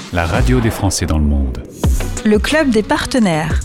la radio des Français dans le monde. Le club des partenaires.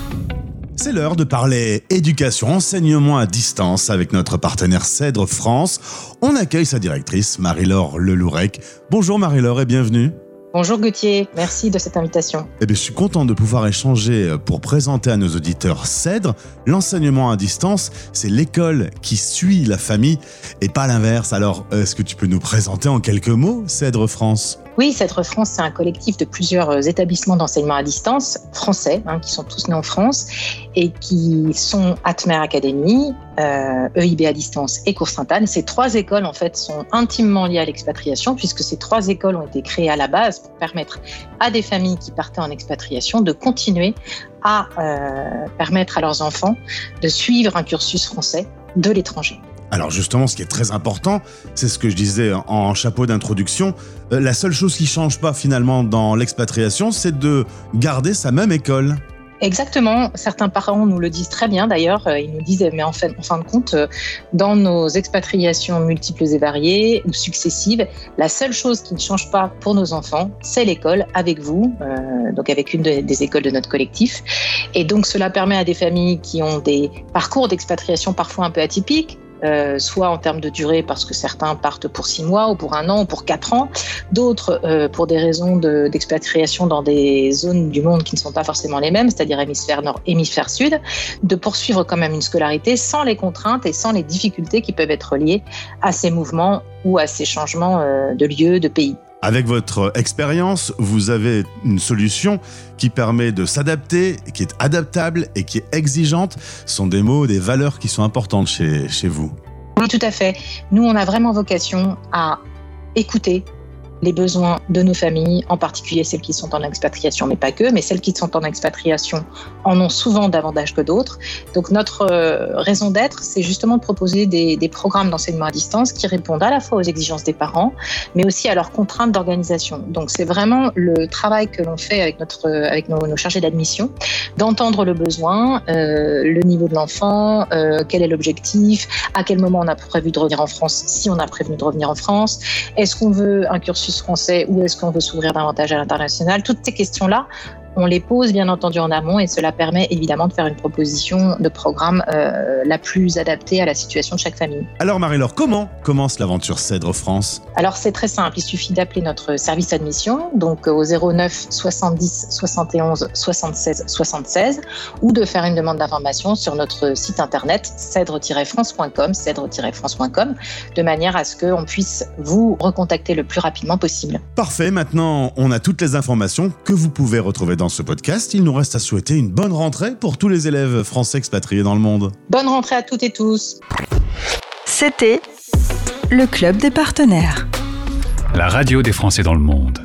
C'est l'heure de parler éducation, enseignement à distance avec notre partenaire Cèdre France. On accueille sa directrice Marie-Laure Lelourec. Bonjour Marie-Laure et bienvenue. Bonjour Gauthier, merci de cette invitation. Je suis content de pouvoir échanger pour présenter à nos auditeurs Cèdre. L'enseignement à distance, c'est l'école qui suit la famille et pas l'inverse. Alors, est-ce que tu peux nous présenter en quelques mots Cèdre France ? Oui, Cèdre France, c'est un collectif de plusieurs établissements d'enseignement à distance français, qui sont tous nés en France et qui sont Atmer Academy, EIB à distance et Cours Sainte-Anne. Ces trois écoles, en fait, sont intimement liées à l'expatriation puisque ces trois écoles ont été créées à la base pour permettre à des familles qui partaient en expatriation de continuer à permettre à leurs enfants de suivre un cursus français de l'étranger. Alors justement, ce qui est très important, c'est ce que je disais en chapeau d'introduction, la seule chose qui ne change pas finalement dans l'expatriation, c'est de garder sa même école. Exactement, certains parents nous le disent très bien d'ailleurs, ils nous disent mais en fin de compte, dans nos expatriations multiples et variées ou successives, la seule chose qui ne change pas pour nos enfants, c'est l'école avec vous, donc avec une des écoles de notre collectif. Et donc cela permet à des familles qui ont des parcours d'expatriation parfois un peu atypiques, soit en termes de durée parce que certains partent pour 6 mois ou pour 1 an ou pour 4 ans, d'autres pour des raisons d'expatriation dans des zones du monde qui ne sont pas forcément les mêmes, c'est-à-dire hémisphère nord, hémisphère sud, de poursuivre quand même une scolarité sans les contraintes et sans les difficultés qui peuvent être liées à ces mouvements ou à ces changements de lieu, de pays. Avec votre expérience, vous avez une solution qui permet de s'adapter, qui est adaptable et qui est exigeante. Ce sont des mots, des valeurs qui sont importantes chez vous. Oui, tout à fait. Nous, on a vraiment vocation à écouter les besoins de nos familles, en particulier celles qui sont en expatriation, mais pas que, mais celles qui sont en expatriation en ont souvent davantage que d'autres. Donc notre raison d'être, c'est justement de proposer des programmes d'enseignement à distance qui répondent à la fois aux exigences des parents, mais aussi à leurs contraintes d'organisation. Donc c'est vraiment le travail que l'on fait avec nos chargés d'admission, d'entendre le besoin, le niveau de l'enfant, quel est l'objectif, à quel moment on a prévu de revenir en France, si on a prévu de revenir en France, est-ce qu'on veut un cursus français ou est-ce qu'on veut s'ouvrir davantage à l'international. Toutes ces questions-là, on les pose bien entendu en amont et cela permet évidemment de faire une proposition de programme la plus adaptée à la situation de chaque famille. Alors Marie-Laure, comment commence l'aventure Cèdre France ? Alors c'est très simple, il suffit d'appeler notre service admission, donc au 09 70 71 76 76 ou de faire une demande d'information sur notre site internet cèdre-france.com, de manière à ce qu'on puisse vous recontacter le plus rapidement possible. Parfait, maintenant on a toutes les informations que vous pouvez retrouver dans ce podcast. Il nous reste à souhaiter une bonne rentrée pour tous les élèves français expatriés dans le monde. Bonne rentrée à toutes et tous. C'était le club des partenaires. La radio des Français dans le monde.